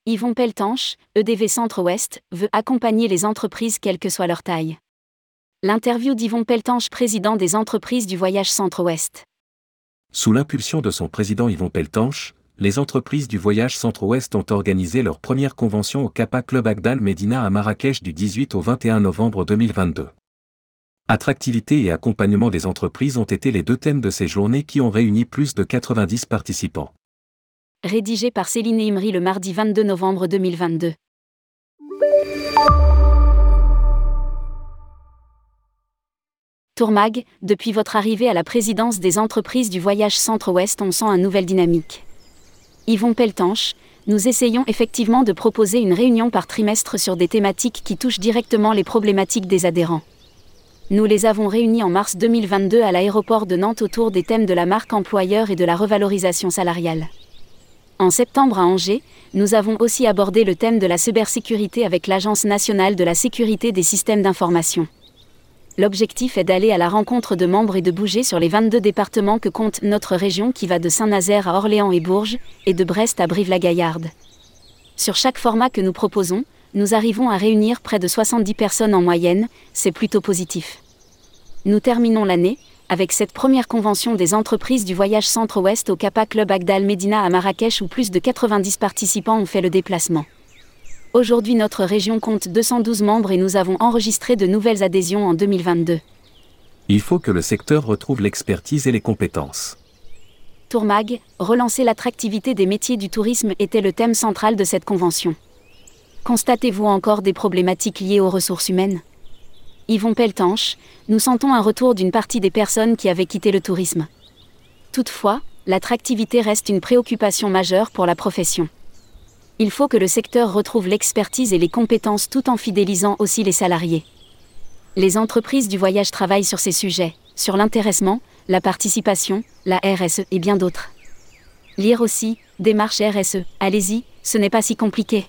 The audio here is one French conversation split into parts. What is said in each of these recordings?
Yvon Peltanche, EDV Centre-Ouest, veut accompagner les entreprises quelle que soit leur taille. L'interview d'Yvon Peltanche, président des entreprises du voyage Centre-Ouest. Sous l'impulsion de son président Yvon Peltanche, les entreprises du voyage Centre-Ouest ont organisé leur première convention au Capa Club Agdal Médina à Marrakech du 18 au 21 novembre 2022. Attractivité et accompagnement des entreprises ont été les deux thèmes de ces journées qui ont réuni plus de 90 participants. Rédigé par Céline Imri le mardi 22 novembre 2022. Tourmag, depuis votre arrivée à la présidence des entreprises du voyage Centre-Ouest, on sent une nouvelle dynamique. Yvon Peltanche, nous essayons effectivement de proposer une réunion par trimestre sur des thématiques qui touchent directement les problématiques des adhérents. Nous les avons réunis en mars 2022 à l'aéroport de Nantes autour des thèmes de la marque employeur et de la revalorisation salariale. En septembre à Angers, nous avons aussi abordé le thème de la cybersécurité avec l'Agence nationale de la sécurité des systèmes d'information. L'objectif est d'aller à la rencontre de membres et de bouger sur les 22 départements que compte notre région qui va de Saint-Nazaire à Orléans et Bourges, et de Brest à Brive-la-Gaillarde. Sur chaque format que nous proposons, nous arrivons à réunir près de 70 personnes en moyenne, c'est plutôt positif. Nous terminons l'année avec cette première convention des entreprises du voyage Centre-Ouest au Capa Club Agdal Médina à Marrakech où plus de 90 participants ont fait le déplacement. Aujourd'hui notre région compte 212 membres et nous avons enregistré de nouvelles adhésions en 2022. Il faut que le secteur retrouve l'expertise et les compétences. Tourmag, relancer l'attractivité des métiers du tourisme était le thème central de cette convention. Constatez-vous encore des problématiques liées aux ressources humaines ? Yvon Peltanche, nous sentons un retour d'une partie des personnes qui avaient quitté le tourisme. Toutefois, l'attractivité reste une préoccupation majeure pour la profession. Il faut que le secteur retrouve l'expertise et les compétences tout en fidélisant aussi les salariés. Les entreprises du voyage travaillent sur ces sujets, sur l'intéressement, la participation, la RSE et bien d'autres. Lire aussi, démarche RSE, allez-y, ce n'est pas si compliqué.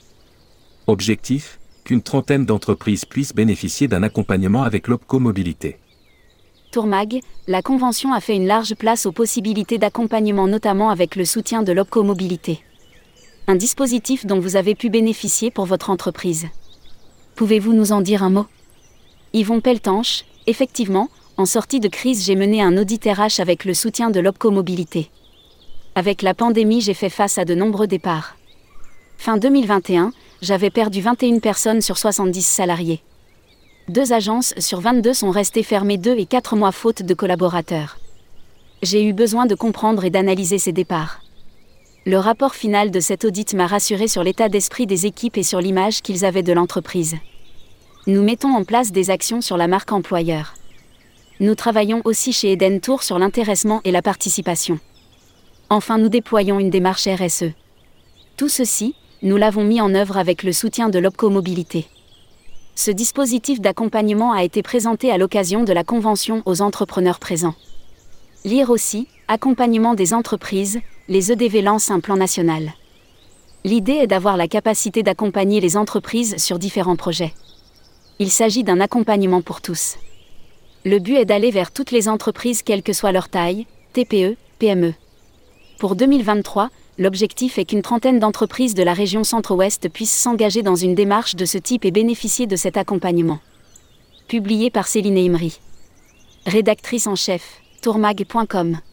Objectif, qu'une trentaine d'entreprises puissent bénéficier d'un accompagnement avec l'Opco Mobilité. Tourmag, la convention a fait une large place aux possibilités d'accompagnement notamment avec le soutien de l'Opco Mobilité. Un dispositif dont vous avez pu bénéficier pour votre entreprise. Pouvez-vous nous en dire un mot ? Yvon Peltanche, effectivement, en sortie de crise j'ai mené un audit RH avec le soutien de l'Opco Mobilité. Avec la pandémie j'ai fait face à de nombreux départs. Fin 2021, j'avais perdu 21 personnes sur 70 salariés. 2 agences sur 22 sont restées fermées 2 et 4 mois faute de collaborateurs. J'ai eu besoin de comprendre et d'analyser ces départs. Le rapport final de cet audit m'a rassuré sur l'état d'esprit des équipes et sur l'image qu'ils avaient de l'entreprise. Nous mettons en place des actions sur la marque employeur. Nous travaillons aussi chez Eden Tour sur l'intéressement et la participation. Enfin, nous déployons une démarche RSE. Tout ceci, nous l'avons mis en œuvre avec le soutien de l'Opco Mobilité. Ce dispositif d'accompagnement a été présenté à l'occasion de la convention aux entrepreneurs présents. Lire aussi, accompagnement des entreprises, les EDV lancent un plan national. L'idée est d'avoir la capacité d'accompagner les entreprises sur différents projets. Il s'agit d'un accompagnement pour tous. Le but est d'aller vers toutes les entreprises quelle que soit leur taille, TPE, PME. Pour 2023, l'objectif est qu'une trentaine d'entreprises de la région Centre-Ouest puissent s'engager dans une démarche de ce type et bénéficier de cet accompagnement. Publié par Céline Imri. Rédactrice en chef, tourmag.com.